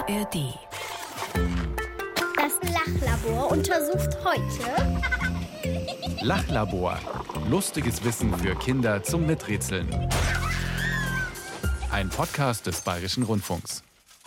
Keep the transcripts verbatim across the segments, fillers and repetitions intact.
A R D. Das Lachlabor untersucht heute Lachlabor. Lustiges Wissen für Kinder zum Miträtseln. Ein Podcast des Bayerischen Rundfunks.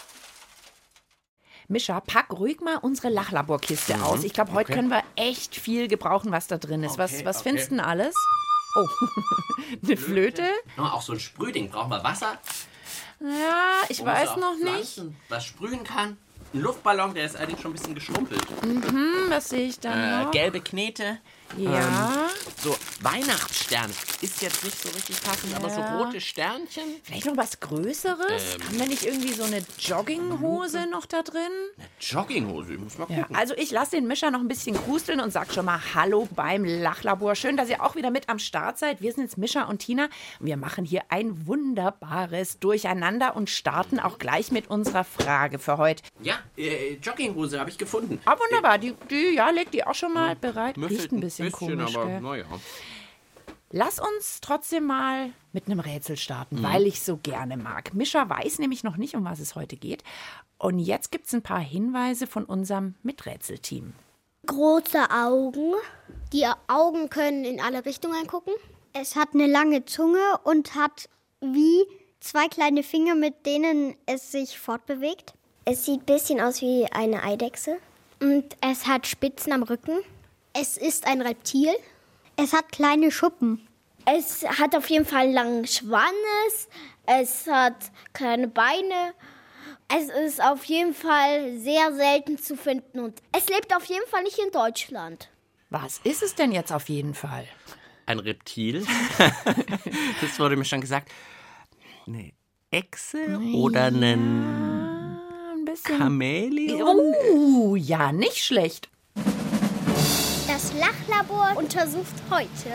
Mischa, pack ruhig mal unsere Lachlaborkiste Mhm. aus. Ich glaube, heute Okay. können wir echt viel gebrauchen, was da drin ist. was Okay, was okay. findest du denn alles? Oh, eine Flöte? Oh, auch so ein Sprühding. Brauchen wir Wasser? Ja, ich wo man weiß so auf noch nicht. Pflanzen was sprühen kann. Ein Luftballon, der ist allerdings schon ein bisschen geschrumpelt. Hm, was sehe ich da Äh, noch? gelbe Knete. Ja, So Weihnachtsstern. Ist jetzt nicht so richtig passend, aber so Ja. rote Sternchen. vielleicht noch was Größeres? Ähm. Haben wir nicht irgendwie so eine Jogginghose noch da drin? Eine Jogginghose, ich muss mal Ja, gucken. also ich lasse den Mischa noch ein bisschen grusteln und sag schon mal Hallo beim Lachlabor. Schön, dass ihr auch wieder mit am Start seid. Wir sind jetzt Mischa und Tina. Wir machen hier ein wunderbares Durcheinander und starten auch gleich mit unserer Frage für heute. Ja, äh, Jogginghose habe ich gefunden. Ah, wunderbar. Die, die, ja, leg die auch schon mal bereit. Müffelt Riecht ein bisschen, komisch, aber gell? naja. Lass uns trotzdem mal mit einem Rätsel Mhm. starten, weil ich so gerne mag. Mischa weiß nämlich noch nicht, um was es heute geht. Und jetzt gibt es ein paar Hinweise von unserem Miträtselteam. große Augen. Die Augen können in alle Richtungen gucken. Es hat eine lange Zunge und hat wie zwei kleine Finger, mit denen es sich fortbewegt. Es sieht ein bisschen aus wie eine Eidechse. Und es hat Spitzen am Rücken. Es ist ein Reptil. Es hat kleine Schuppen. Es hat auf jeden Fall einen langen Schwanz. Es hat kleine Beine. Es ist auf jeden Fall sehr selten zu finden. Und es lebt auf jeden Fall nicht in Deutschland. Was ist es denn jetzt auf jeden Fall? Ein Reptil. Das wurde mir schon gesagt. Eine Echse oder einen Ein bisschen. Chamäleon? Oh, ja, nicht schlecht. Das Lachlabor untersucht heute,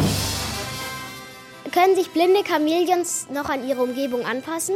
können sich blinde Chamäleons noch an ihre Umgebung anpassen?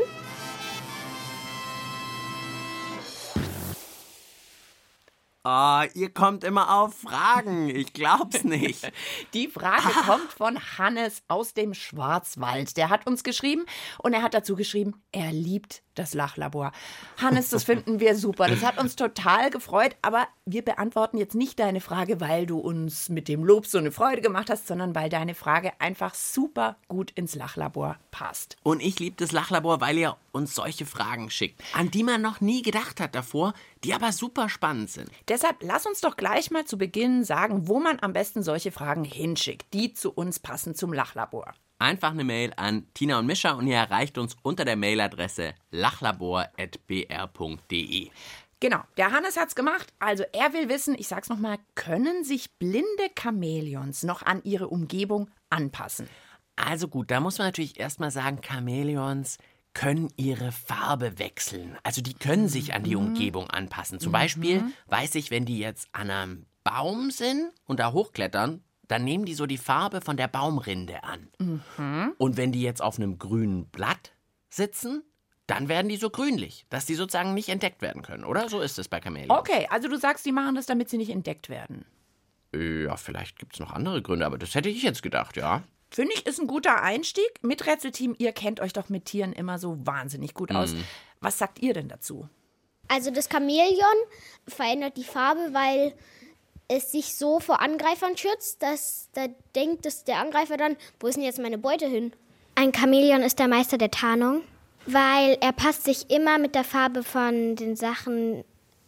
Oh, ihr kommt immer auf Fragen. Ich glaub's nicht. Die Frage kommt von Hannes aus dem Schwarzwald. Der hat uns geschrieben und er hat dazu geschrieben, er liebt das Lachlabor. Hannes, das finden wir super. Das hat uns total gefreut, aber wir beantworten jetzt nicht deine Frage, weil du uns mit dem Lob so eine Freude gemacht hast, sondern weil deine Frage einfach super gut ins Lachlabor passt. Und ich liebe das Lachlabor, weil ihr uns solche Fragen schickt, an die man noch nie gedacht hat davor, die aber super spannend sind. Deshalb lass uns doch gleich mal zu Beginn sagen, wo man am besten solche Fragen hinschickt, die zu uns passen zum Lachlabor. Einfach eine Mail an Tina und Mischa und ihr erreicht uns unter der Mailadresse lachlabor at b r punkt d e. Genau, der Hannes hat's gemacht. Also er will wissen, ich sag's nochmal, können sich blinde Chamäleons noch an ihre Umgebung anpassen? Also gut, da muss man natürlich erstmal sagen, Chamäleons können ihre Farbe wechseln. Also die können sich an die Umgebung anpassen. Zum Beispiel weiß ich, wenn die jetzt an einem Baum sind und da hochklettern, dann nehmen die so die Farbe von der Baumrinde an. Mhm. Und wenn die jetzt auf einem grünen Blatt sitzen, dann werden die so grünlich, dass die sozusagen nicht entdeckt werden können, oder? So ist es bei Chamäleons. Okay, also du sagst, die machen das, damit sie nicht entdeckt werden. Ja, vielleicht gibt es noch andere Gründe, aber das hätte ich jetzt gedacht, ja. Finde ich, ist ein guter Einstieg. Miträtselteam, ihr kennt euch doch mit Tieren immer so wahnsinnig gut aus. Was sagt ihr denn dazu? Also das Chamäleon verändert die Farbe, weil es sich so vor Angreifern schützt, dass da denkt, dass der Angreifer dann, wo ist denn jetzt meine Beute hin? Ein Chamäleon ist der Meister der Tarnung, weil er passt sich immer mit der Farbe von den Sachen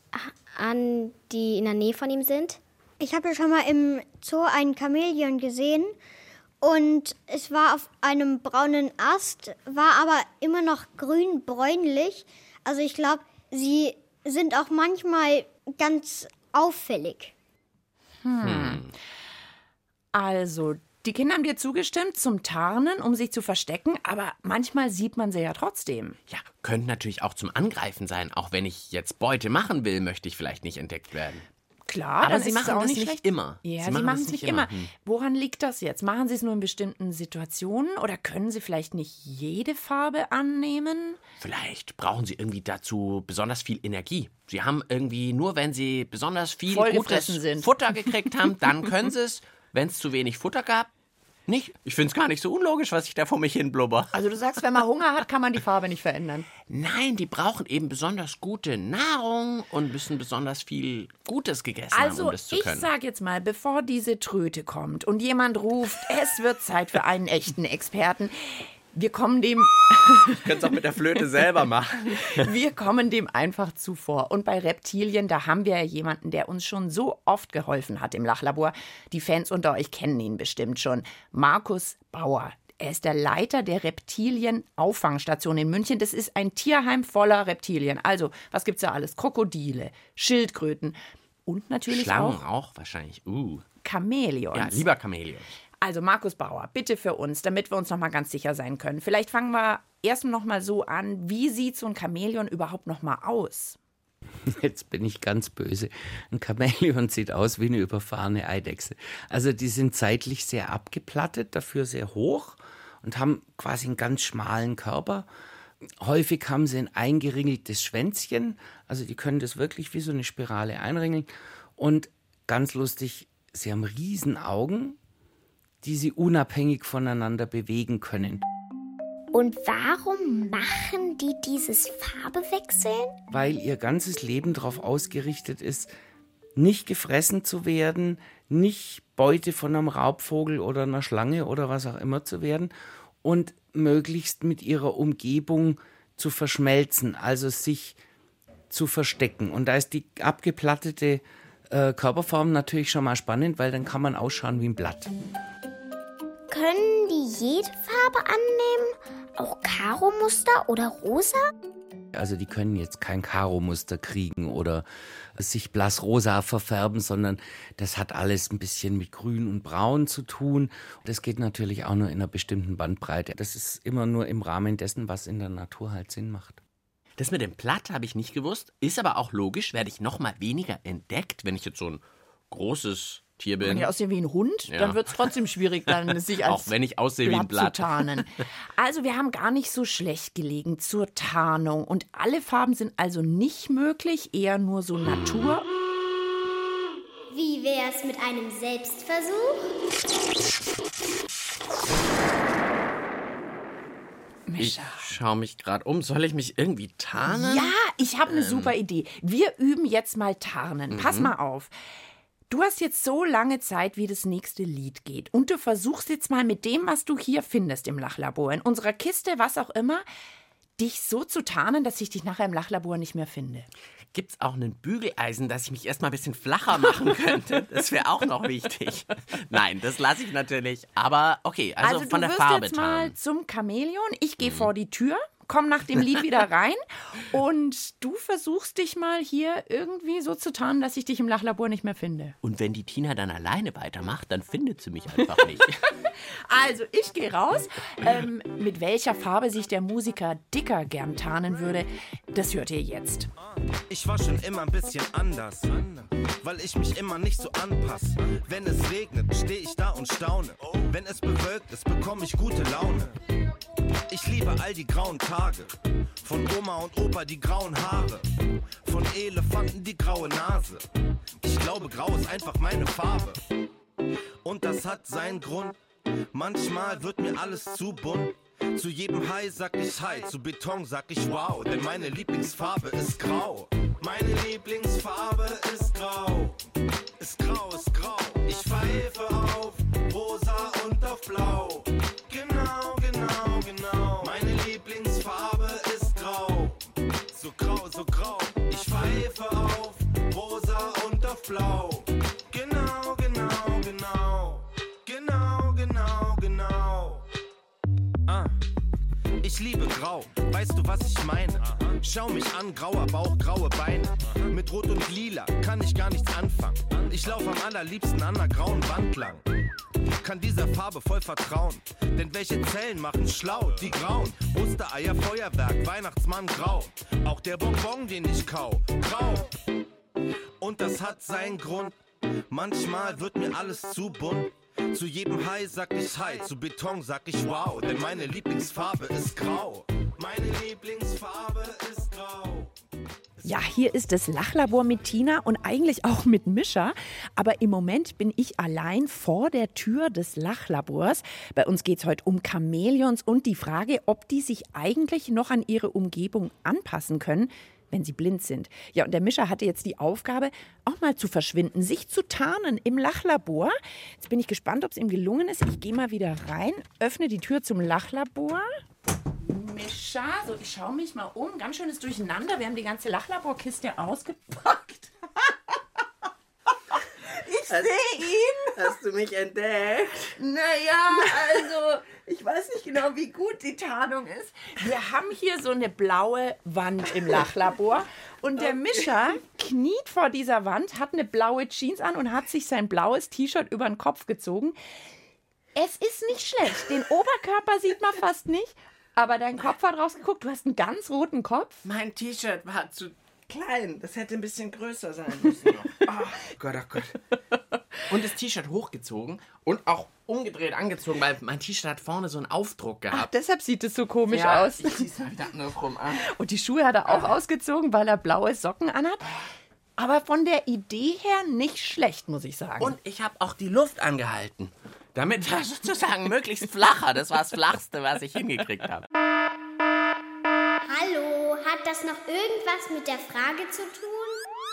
an, die in der Nähe von ihm sind. Ich habe ja schon mal im Zoo ein Chamäleon gesehen und es war auf einem braunen Ast, war aber immer noch grün-bräunlich. Also ich glaube, sie sind auch manchmal ganz auffällig. Also, die Kinder haben dir zugestimmt zum Tarnen, um sich zu verstecken, aber manchmal sieht man sie ja trotzdem. Ja, könnte natürlich auch zum Angreifen sein. Auch wenn ich jetzt Beute machen will, möchte ich vielleicht nicht entdeckt werden. Klar, Aber dann sie ist es machen auch das nicht nicht schlecht. immer. Ja, Sie sie, machen machen das es nicht nicht immer. immer. Hm. Woran liegt das jetzt? Machen sie es nur in bestimmten Situationen oder können sie vielleicht nicht jede Farbe annehmen? Vielleicht brauchen sie irgendwie dazu besonders viel Energie. Sie haben irgendwie, nur wenn sie besonders viel gutes Vollgefressen sind. Futter gekriegt haben, dann können sie es. Wenn es zu wenig Futter gab, Nicht? Ich finde es gar nicht so unlogisch, was ich da vor mich hin blubber. Also du sagst, wenn man Hunger hat, kann man die Farbe nicht verändern. Nein, die brauchen eben besonders gute Nahrung und müssen besonders viel Gutes gegessen haben, Also um das zu ich können. sag jetzt mal, bevor diese Tröte kommt und jemand ruft, es wird Zeit für einen echten Experten, wir kommen dem... Ich könnte es auch mit der Flöte selber machen. Wir kommen dem einfach zuvor. Und bei Reptilien, da haben wir ja jemanden, der uns schon so oft geholfen hat im Lachlabor. Die Fans unter euch kennen ihn bestimmt schon. Markus Bauer. Er ist der Leiter der Reptilien-Auffangstation in München. Das ist ein Tierheim voller Reptilien. Also, was gibt's da alles? Krokodile, Schildkröten und natürlich Schlangen auch, auch wahrscheinlich. Uh. Chamäleons. Ja, lieber Chamäleon. Also Markus Bauer, bitte für uns, damit wir uns noch mal ganz sicher sein können. Vielleicht fangen wir erst noch mal so an, wie sieht so ein Chamäleon überhaupt noch mal aus? Jetzt bin ich ganz böse. Ein Chamäleon sieht aus wie eine überfahrene Eidechse. Also die sind seitlich sehr abgeplattet, dafür sehr hoch und haben quasi einen ganz schmalen Körper. Häufig haben sie ein eingeringeltes Schwänzchen, also die können das wirklich wie so eine Spirale einringeln. Und ganz lustig, sie haben Riesenaugen, die sie unabhängig voneinander bewegen können. Und warum machen die dieses Farbewechseln? Weil ihr ganzes Leben darauf ausgerichtet ist, nicht gefressen zu werden, nicht Beute von einem Raubvogel oder einer Schlange oder was auch immer zu werden und möglichst mit ihrer Umgebung zu verschmelzen, also sich zu verstecken. Und da ist die abgeplattete äh, Körperform natürlich schon mal spannend, weil dann kann man ausschauen wie ein Blatt. Können die jede Farbe annehmen? Auch Karo-Muster oder rosa? Also die können jetzt kein Karo-Muster kriegen oder sich blassrosa verfärben, sondern das hat alles ein bisschen mit Grün und Braun zu tun. Das geht natürlich auch nur in einer bestimmten Bandbreite. Das ist immer nur im Rahmen dessen, was in der Natur halt Sinn macht. Das mit dem Blatt habe ich nicht gewusst, ist aber auch logisch, werde ich noch mal weniger entdeckt, wenn ich jetzt so ein großes Tier bin. Wenn ich aussehe wie ein Hund, Ja. dann wird es trotzdem schwierig, dann sich als Auch wenn ich aussehe wie ein Blatt zu Blatt. tarnen. Also wir haben gar nicht so schlecht gelegen zur Tarnung. Und alle Farben sind also nicht möglich, eher nur so Natur. Wie wär's mit einem Selbstversuch? Ich schaue mich gerade um. Soll ich mich irgendwie tarnen? Ja, ich habe eine super Idee. Wir üben jetzt mal Tarnen. Pass mal auf. Du hast jetzt so lange Zeit, wie das nächste Lied geht. Und du versuchst jetzt mal mit dem, was du hier findest im Lachlabor, in unserer Kiste, was auch immer, dich so zu tarnen, dass ich dich nachher im Lachlabor nicht mehr finde. Gibt es auch einen Bügeleisen, dass ich mich erstmal ein bisschen flacher machen könnte? Das wäre auch noch wichtig. Nein, das lasse ich natürlich. Aber okay, also, Also, von du der wirst Farbe jetzt mal tarnen. zum Chamäleon. Ich gehe vor die Tür, komm nach dem Lied wieder rein und du versuchst dich mal hier irgendwie so zu tarnen, dass ich dich im Lachlabor nicht mehr finde. Und wenn die Tina dann alleine weitermacht, dann findet sie mich einfach nicht. Also, ich gehe raus. Ähm, mit welcher Farbe sich der Musiker Dicker gern tarnen würde, das hört ihr jetzt. Ich war schon immer ein bisschen anders, weil ich mich immer nicht so anpasse. Wenn es regnet, stehe ich da und staune. Wenn es bewölkt ist, bekomme ich gute Laune. Ich liebe all die grauen Tage, von Oma und Opa die grauen Haare, von Elefanten die graue Nase. Ich glaube, grau ist einfach meine Farbe. Und das hat seinen Grund. Manchmal wird mir alles zu bunt. Zu jedem Hai sag ich Hi, zu Beton sag ich Wow, denn meine Lieblingsfarbe ist grau. Meine Lieblingsfarbe ist grau. Ist grau, ist grau. Ich pfeife auf rosa und auf blau. Genau, genau, genau. Meine Lieblingsfarbe ist grau. So grau, so grau. Ich pfeife auf rosa und auf blau. Genau, genau, genau. Genau, genau, genau. Ah. Ich liebe grau, weißt du, was ich meine? Schau mich an, grauer Bauch, graue Beine. Mit Rot und Lila kann ich gar nichts anfangen. Ich laufe am allerliebsten an einer grauen Wand lang. Kann dieser Farbe voll vertrauen, denn welche Zellen machen schlau? Die grauen, Ostereier, Feuerwerk, Weihnachtsmann grau. Auch der Bonbon, den ich kau, grau. Und das hat seinen Grund, manchmal wird mir alles zu bunt. Zu jedem Hai sag ich Hi, zu Beton sag ich Wow, denn meine Lieblingsfarbe ist grau. Meine Lieblingsfarbe ist grau. Ja, hier ist das Lachlabor mit Tina und eigentlich auch mit Mischa. Aber im Moment bin ich allein vor der Tür des Lachlabors. Bei uns geht es heute um Chamäleons und die Frage, ob die sich eigentlich noch an ihre Umgebung anpassen können, wenn sie blind sind. Ja, und der Mischa hatte jetzt die Aufgabe, auch mal zu verschwinden, sich zu tarnen im Lachlabor. Jetzt bin ich gespannt, ob es ihm gelungen ist. Ich gehe mal wieder rein, öffne die Tür zum Lachlabor. Mischa, so, ich schaue mich mal um. Ganz schönes Durcheinander. Wir haben die ganze Lachlaborkiste ausgepackt. Ich sehe ihn. Hast du mich entdeckt? Naja, also, ich weiß nicht genau, wie gut die Tarnung ist. Wir haben hier so eine blaue Wand im Lachlabor. Und der Mischa kniet vor dieser Wand, hat eine blaue Jeans an und hat sich sein blaues T-Shirt über den Kopf gezogen. Es ist nicht schlecht. Den Oberkörper sieht man fast nicht. Aber dein Kopf hat rausgeguckt. Du hast einen ganz roten Kopf. Mein T-Shirt war zu klein. Das hätte ein bisschen größer sein müssen. Oh Gott, oh Gott. Und das T-Shirt hochgezogen und auch umgedreht angezogen, weil mein T-Shirt hat vorne so einen Aufdruck gehabt. Ach, deshalb sieht es so komisch ja, aus. Ich zieh's halt da nur rum an. Und die Schuhe hat er auch ausgezogen, weil er blaue Socken anhat. Aber von der Idee her nicht schlecht, muss ich sagen. Und ich habe auch die Luft angehalten. Damit er sozusagen möglichst flacher. Das war das Flachste, was ich hingekriegt habe. Hallo, hat das noch irgendwas mit der Frage zu tun?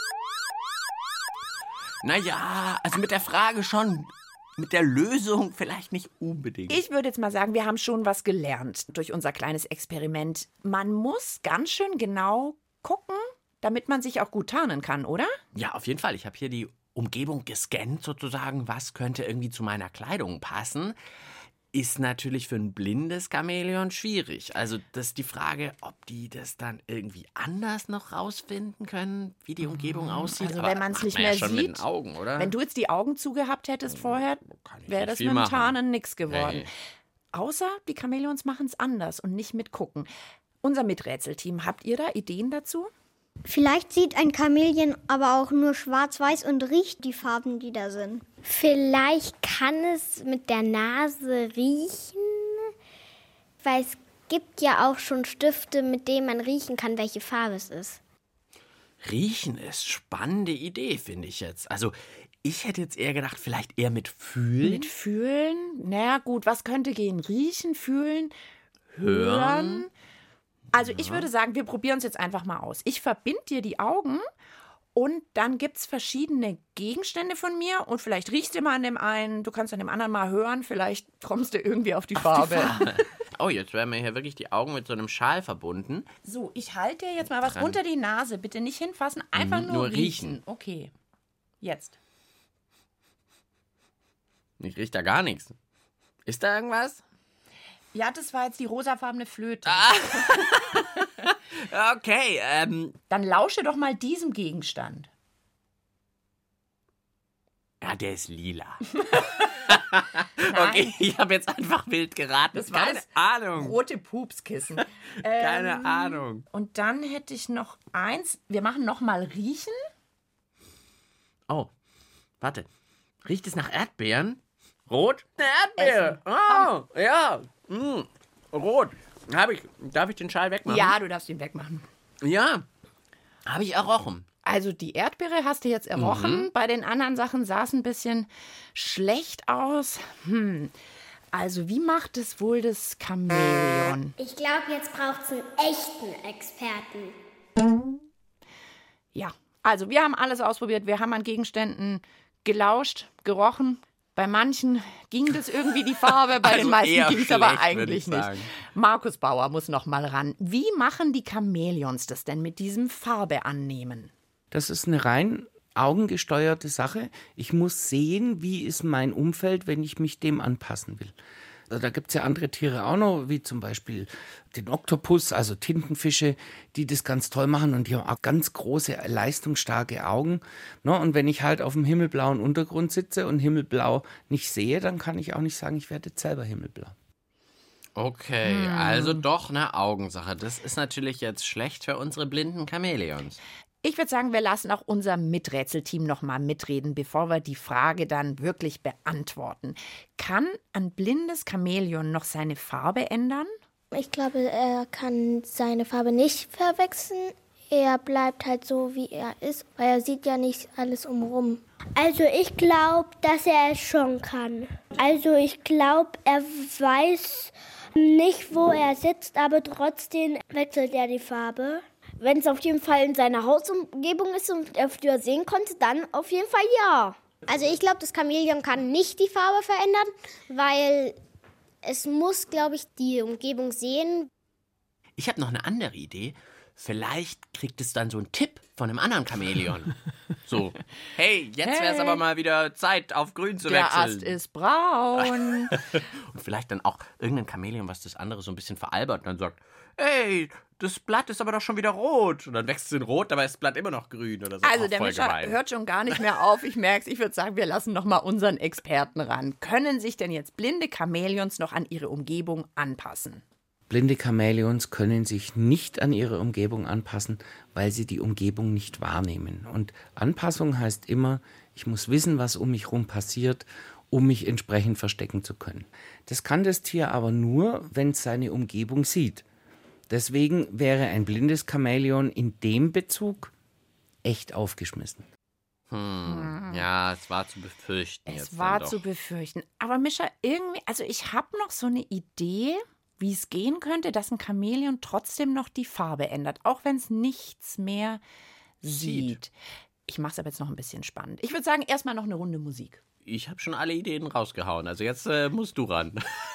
Naja, also mit der Frage schon. Mit der Lösung vielleicht nicht unbedingt. Ich würde jetzt mal sagen, wir haben schon was gelernt durch unser kleines Experiment. Man muss ganz schön genau gucken, damit man sich auch gut tarnen kann, oder? Ja, auf jeden Fall. Ich habe hier die Umgebung gescannt sozusagen, was könnte irgendwie zu meiner Kleidung passen, ist natürlich für ein blindes Chamäleon schwierig. Also das ist die Frage, ob die das dann irgendwie anders noch rausfinden können, wie die Umgebung aussieht. Also Aber wenn man es macht nicht man mehr ja schon sieht, mit den Augen, oder? Wenn du jetzt die Augen zugehabt hättest vorher, wäre das viel mit dem machen. Tarnen nix geworden. Nee. Außer die Chamäleons machen es anders und nicht mit gucken. Unser Miträtselteam, habt ihr da Ideen dazu? Vielleicht sieht ein Chamäleon aber auch nur schwarz-weiß und riecht die Farben, die da sind. Vielleicht kann es mit der Nase riechen, weil es gibt ja auch schon Stifte, mit denen man riechen kann, welche Farbe es ist. Riechen ist spannende Idee, finde ich jetzt. Also ich hätte jetzt eher gedacht, vielleicht eher mit Fühlen. Mit Fühlen? Na gut, was könnte gehen? Riechen, fühlen, hören. Hören. Also ich würde sagen, wir probieren es jetzt einfach mal aus. Ich verbinde dir die Augen und dann gibt es verschiedene Gegenstände von mir und vielleicht riechst du mal an dem einen, du kannst an dem anderen mal hören, vielleicht kommst du irgendwie auf die Farbe. Die Farbe. Oh, jetzt werden mir hier wirklich die Augen mit so einem Schal verbunden. So, ich halte dir jetzt mal was Dran. unter die Nase. Bitte nicht hinfassen, einfach Mhm, nur, nur riechen. riechen. Okay, jetzt. Ich rieche da gar nichts. Ist da irgendwas? Ja, das war jetzt die rosafarbene Flöte. Okay, ähm... Dann lausche doch mal diesem Gegenstand. Ja, der ist lila. Okay, ich habe jetzt einfach wild geraten. Das war Keine das Ahnung. rote Pupskissen. Keine Ähm, Ahnung. Und dann hätte ich noch eins. Wir machen noch mal riechen. Oh, warte. Riecht es nach Erdbeeren? Rot? Eine Erdbeere. Oh, ja. Mm, rot. Hab ich, darf ich den Schal wegmachen? Ja, du darfst ihn wegmachen. Ja, habe ich errochen. Also die Erdbeere hast du jetzt errochen. Mhm. Bei den anderen Sachen sah es ein bisschen schlecht aus. Hm. Also wie macht es wohl das Chamäleon? Ich glaube, jetzt braucht es einen echten Experten. Ja, also wir haben alles ausprobiert. Wir haben an Gegenständen gelauscht, gerochen. Bei manchen ging das irgendwie die Farbe, bei Also den meisten eher ging es aber schlecht, würde eigentlich ich nicht. sagen. Markus Bauer muss noch mal ran. Wie machen die Chamäleons das denn mit diesem Farbe annehmen? Das ist eine rein augengesteuerte Sache. Ich muss sehen, wie ist mein Umfeld, wenn ich mich dem anpassen will. Also da gibt es ja andere Tiere auch noch, wie zum Beispiel den Oktopus, also Tintenfische, die das ganz toll machen und die haben auch ganz große, leistungsstarke Augen. Ne? Und wenn ich halt auf dem himmelblauen Untergrund sitze und himmelblau nicht sehe, dann kann ich auch nicht sagen, ich werde jetzt selber himmelblau. Okay, also doch eine Augensache. Das ist natürlich jetzt schlecht für unsere blinden Chamäleons. Ich würde sagen, wir lassen auch unser Miträtselteam noch mal mitreden, bevor wir die Frage dann wirklich beantworten. Kann ein blindes Chamäleon noch seine Farbe ändern? Ich glaube, er kann seine Farbe nicht verwechseln. er bleibt halt so, wie er ist, weil er sieht ja nicht alles umrum. Also ich glaube, dass er es schon kann. Also ich glaube, er weiß nicht, wo er sitzt, aber trotzdem wechselt er die Farbe. Wenn es auf jeden Fall in seiner Hausumgebung ist und er früher sehen konnte, dann auf jeden Fall ja. Also ich glaube, das Chamäleon kann nicht die Farbe verändern, weil es muss, glaube ich, die Umgebung sehen. Ich habe noch eine andere Idee. Vielleicht kriegt es dann so einen Tipp von einem anderen Chamäleon. So, hey, jetzt wäre es Hey. aber mal wieder Zeit, auf grün zu Der wechseln. Ast ist braun. Und vielleicht dann auch irgendein Chamäleon, was das andere so ein bisschen veralbert und dann sagt, hey, das Blatt ist aber doch schon wieder rot. Und dann wächst es in rot, dabei ist das Blatt immer noch grün oder so. Also Auch der voll Mischa gemein. hört schon gar nicht mehr auf. Ich merke es. Ich würde sagen, wir lassen noch mal unseren Experten ran. Können sich denn jetzt blinde Chamäleons noch an ihre Umgebung anpassen? Blinde Chamäleons können sich nicht an ihre Umgebung anpassen, weil sie die Umgebung nicht wahrnehmen. Und Anpassung heißt immer, ich muss wissen, was um mich herum passiert, um mich entsprechend verstecken zu können. Das kann das Tier aber nur, wenn es seine Umgebung sieht. Deswegen wäre ein blindes Chamäleon in dem Bezug echt aufgeschmissen. Hm, ja, es war zu befürchten. Es jetzt war dann doch. zu befürchten. Aber Mischa, irgendwie, also ich habe noch so eine Idee, wie es gehen könnte, dass ein Chamäleon trotzdem noch die Farbe ändert, auch wenn es nichts mehr sieht. Sieht. Ich mache es aber jetzt noch ein bisschen spannend. Ich würde sagen, erstmal noch eine Runde Musik. Ich habe schon alle Ideen rausgehauen. Also jetzt äh, musst du ran.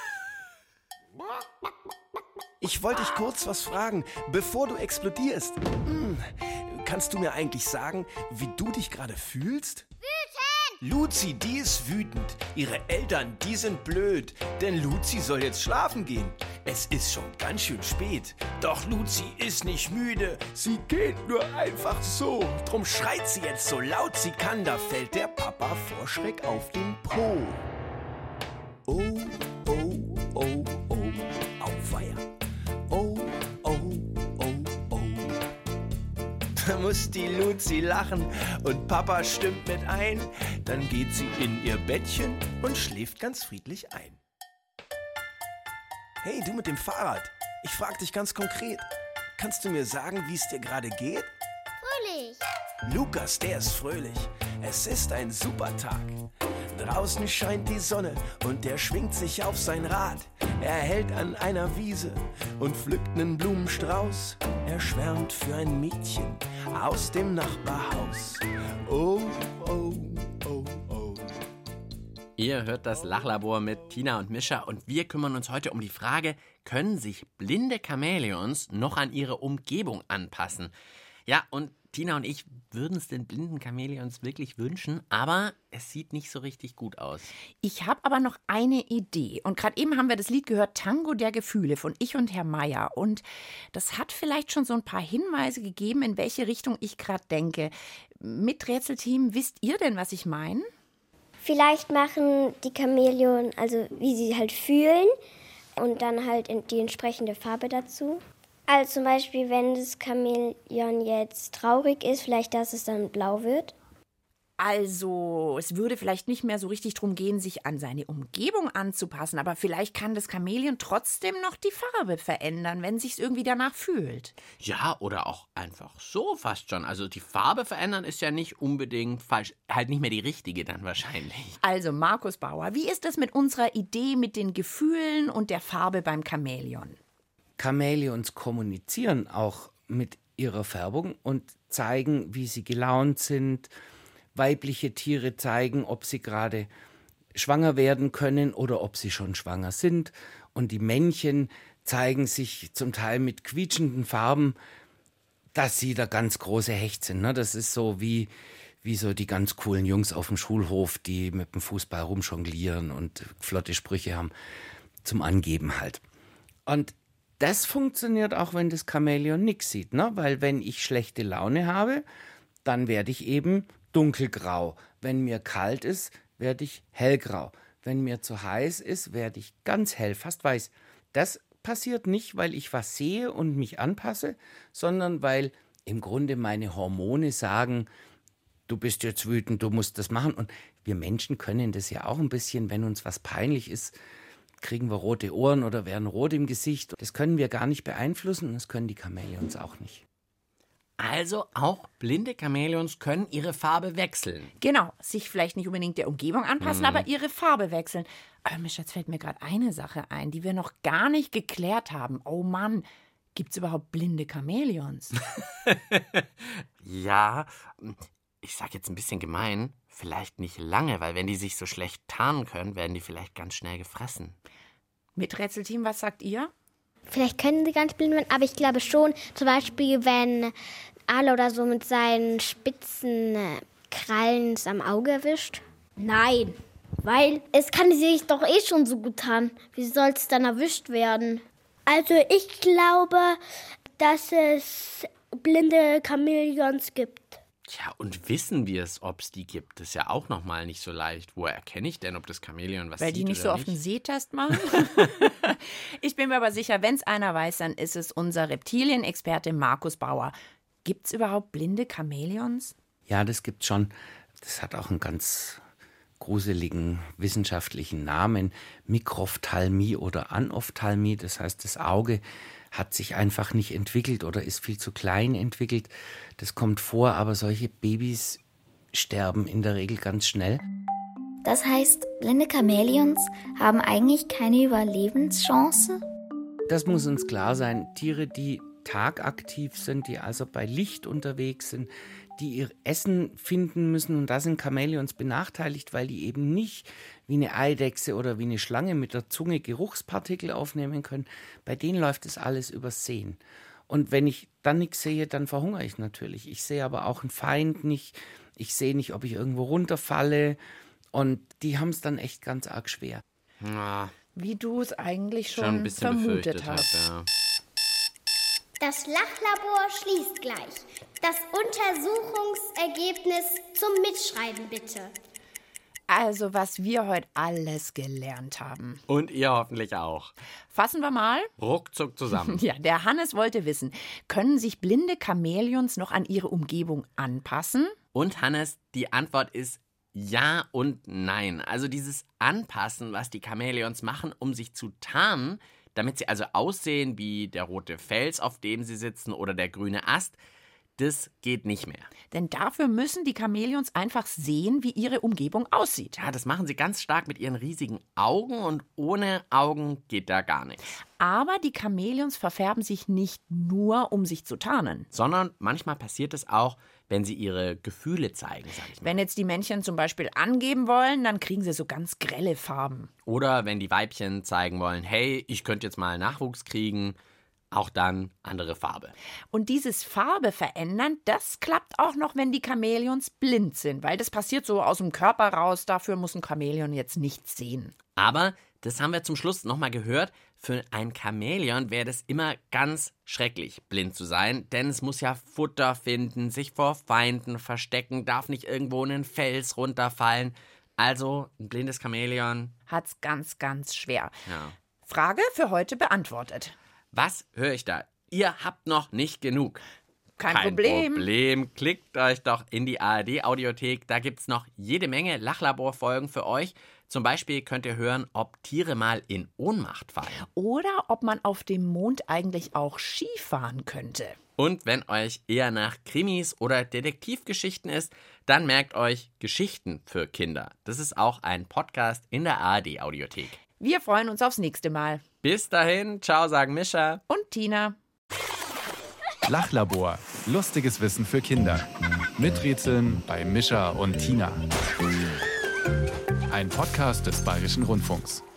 Ich wollte dich kurz was fragen, bevor du explodierst. Hm, kannst du mir eigentlich sagen, wie du dich gerade fühlst? Wütend! Luzi, die ist wütend. Ihre Eltern, die sind blöd. Denn Luzi soll jetzt schlafen gehen. Es ist schon ganz schön spät. Doch Luzi ist nicht müde. Sie geht nur einfach so. Drum schreit sie jetzt so laut sie kann. Da fällt der Papa vor Schreck auf den Po. Oh, oh, oh, oh, auweia. Oh, oh, oh, oh. Da muss die Luzi lachen und Papa stimmt mit ein. Dann geht sie in ihr Bettchen und schläft ganz friedlich ein. Hey, du mit dem Fahrrad. Ich frag dich ganz konkret. Kannst du mir sagen, wie es dir gerade geht? Fröhlich. Lukas, der ist fröhlich. Es ist ein super Tag. Draußen scheint die Sonne und er schwingt sich auf sein Rad. Er hält an einer Wiese und pflückt einen Blumenstrauß. Er schwärmt für ein Mädchen aus dem Nachbarhaus. Oh, oh, oh, oh. Ihr hört das Lachlabor mit Tina und Mischa und wir kümmern uns heute um die Frage, können sich blinde Chamäleons noch an ihre Umgebung anpassen? Ja, und Tina und ich würden es den blinden Chamäleons wirklich wünschen, aber es sieht nicht so richtig gut aus. Ich habe aber noch eine Idee. Und gerade eben haben wir das Lied gehört, Tango der Gefühle von Ich und Herr Meier. Und das hat vielleicht schon so ein paar Hinweise gegeben, in welche Richtung ich gerade denke. Mit Rätselteam, wisst ihr denn, was ich meine? Vielleicht machen die Chamäleon, also wie sie halt fühlen und dann halt die entsprechende Farbe dazu. Also zum Beispiel, wenn das Chamäleon jetzt traurig ist, vielleicht, dass es dann blau wird. Also, es würde vielleicht nicht mehr so richtig darum gehen, sich an seine Umgebung anzupassen, aber vielleicht kann das Chamäleon trotzdem noch die Farbe verändern, wenn es sich irgendwie danach fühlt. Ja, oder auch einfach so fast schon. Also die Farbe verändern ist ja nicht unbedingt falsch. Halt nicht mehr die richtige dann wahrscheinlich. Also, Markus Bauer, wie ist es mit unserer Idee mit den Gefühlen und der Farbe beim Chamäleon? Chamäleons kommunizieren auch mit ihrer Färbung und zeigen, wie sie gelaunt sind. Weibliche Tiere zeigen, ob sie gerade schwanger werden können oder ob sie schon schwanger sind. Und die Männchen zeigen sich zum Teil mit quietschenden Farben, dass sie der ganz große Hecht sind. Das ist so wie, wie so die ganz coolen Jungs auf dem Schulhof, die mit dem Fußball rumjonglieren und flotte Sprüche haben zum Angeben halt. Und das funktioniert auch, wenn das Chamäleon nichts sieht, ne? Weil wenn ich schlechte Laune habe, dann werde ich eben dunkelgrau. Wenn mir kalt ist, werde ich hellgrau. Wenn mir zu heiß ist, werde ich ganz hell, fast weiß. Das passiert nicht, weil ich was sehe und mich anpasse, sondern weil im Grunde meine Hormone sagen, du bist jetzt wütend, du musst das machen. Und wir Menschen können das ja auch ein bisschen, wenn uns was peinlich ist, kriegen wir rote Ohren oder werden rot im Gesicht. Das können wir gar nicht beeinflussen und das können die Chamäleons auch nicht. Also auch blinde Chamäleons können ihre Farbe wechseln. Genau, sich vielleicht nicht unbedingt der Umgebung anpassen, Mhm. aber ihre Farbe wechseln. Aber Mischa, jetzt fällt mir gerade eine Sache ein, die wir noch gar nicht geklärt haben. Oh Mann, gibt's überhaupt blinde Chamäleons? Ja, ich sag jetzt ein bisschen gemein, vielleicht nicht lange, weil wenn die sich so schlecht tarnen können, werden die vielleicht ganz schnell gefressen. Miträtselteam, was sagt ihr? Vielleicht können sie ganz blind werden, aber ich glaube schon, zum Beispiel, wenn Aale oder so mit seinen spitzen äh, Krallen es am Auge erwischt. Nein, weil es kann sich doch eh schon so gut tarnen. Wie soll es dann erwischt werden? Also ich glaube, dass es blinde Chamäleons gibt. Tja, und wissen wir es, ob es die gibt? Das ist ja auch noch mal nicht so leicht. Woher erkenne ich denn, ob das Chamäleon was Weil sieht die nicht so oder oft einen Sehtest machen? Ich bin mir aber sicher, wenn es einer weiß, dann ist es unser Reptilienexperte Markus Bauer. Gibt es überhaupt blinde Chamäleons? Ja, das gibt's schon. Das hat auch einen ganz gruseligen wissenschaftlichen Namen. Mikrophthalmie oder Anophthalmie. Das heißt, das Auge hat sich einfach nicht entwickelt oder ist viel zu klein entwickelt. Das kommt vor, aber solche Babys sterben in der Regel ganz schnell. Das heißt, blinde Chamäleons haben eigentlich keine Überlebenschance? Das muss uns klar sein. Tiere, die tagaktiv sind, die also bei Licht unterwegs sind, die ihr Essen finden müssen. Und da sind Chamäleons benachteiligt, weil die eben nicht wie eine Eidechse oder wie eine Schlange mit der Zunge Geruchspartikel aufnehmen können. Bei denen läuft das alles übers Sehen. Und wenn ich dann nichts sehe, dann verhungere ich natürlich. Ich sehe aber auch einen Feind nicht. Ich sehe nicht, ob ich irgendwo runterfalle. Und die haben es dann echt ganz arg schwer. Ja, Wie du es eigentlich schon, schon ein bisschen vermutet befürchtet hast. habe. Ja. Das Lachlabor schließt gleich. Das Untersuchungsergebnis zum Mitschreiben bitte. Also, was wir heute alles gelernt haben. Und ihr hoffentlich auch. Fassen wir mal. Ruckzuck zusammen. Ja, der Hannes wollte wissen, können sich blinde Chamäleons noch an ihre Umgebung anpassen? Und Hannes, die Antwort ist ja und nein. Also dieses Anpassen, was die Chamäleons machen, um sich zu tarnen, damit sie also aussehen wie der rote Fels, auf dem sie sitzen, oder der grüne Ast, das geht nicht mehr. Denn dafür müssen die Chamäleons einfach sehen, wie ihre Umgebung aussieht. Ja, das machen sie ganz stark mit ihren riesigen Augen und ohne Augen geht da gar nichts. Aber die Chamäleons verfärben sich nicht nur, um sich zu tarnen. Sondern manchmal passiert es auch, wenn sie ihre Gefühle zeigen, sag ich mal. Wenn jetzt die Männchen zum Beispiel angeben wollen, dann kriegen sie so ganz grelle Farben. Oder wenn die Weibchen zeigen wollen, hey, ich könnte jetzt mal Nachwuchs kriegen, auch dann andere Farbe. Und dieses Farbe verändern, das klappt auch noch, wenn die Chamäleons blind sind, weil das passiert so aus dem Körper raus. Dafür muss ein Chamäleon jetzt nichts sehen. Aber, das haben wir zum Schluss nochmal gehört, für ein Chamäleon wäre das immer ganz schrecklich, blind zu sein, denn es muss ja Futter finden, sich vor Feinden verstecken, darf nicht irgendwo in einen Fels runterfallen. Also, ein blindes Chamäleon Hat's ganz, ganz schwer. Ja. Frage für heute beantwortet. Was höre ich da? Ihr habt noch nicht genug. Kein, Kein Problem. Problem. Klickt euch doch in die A R D-Audiothek. Da gibt es noch jede Menge Lachlabor-Folgen für euch. Zum Beispiel könnt ihr hören, ob Tiere mal in Ohnmacht fallen. Oder ob man auf dem Mond eigentlich auch Ski fahren könnte. Und wenn euch eher nach Krimis oder Detektivgeschichten ist, dann merkt euch Geschichten für Kinder. Das ist auch ein Podcast in der A R D-Audiothek. Wir freuen uns aufs nächste Mal. Bis dahin, ciao, sagen Mischa und Tina. Lachlabor. Lustiges Wissen für Kinder. Miträtseln bei Mischa und Tina. Ein Podcast des Bayerischen Rundfunks.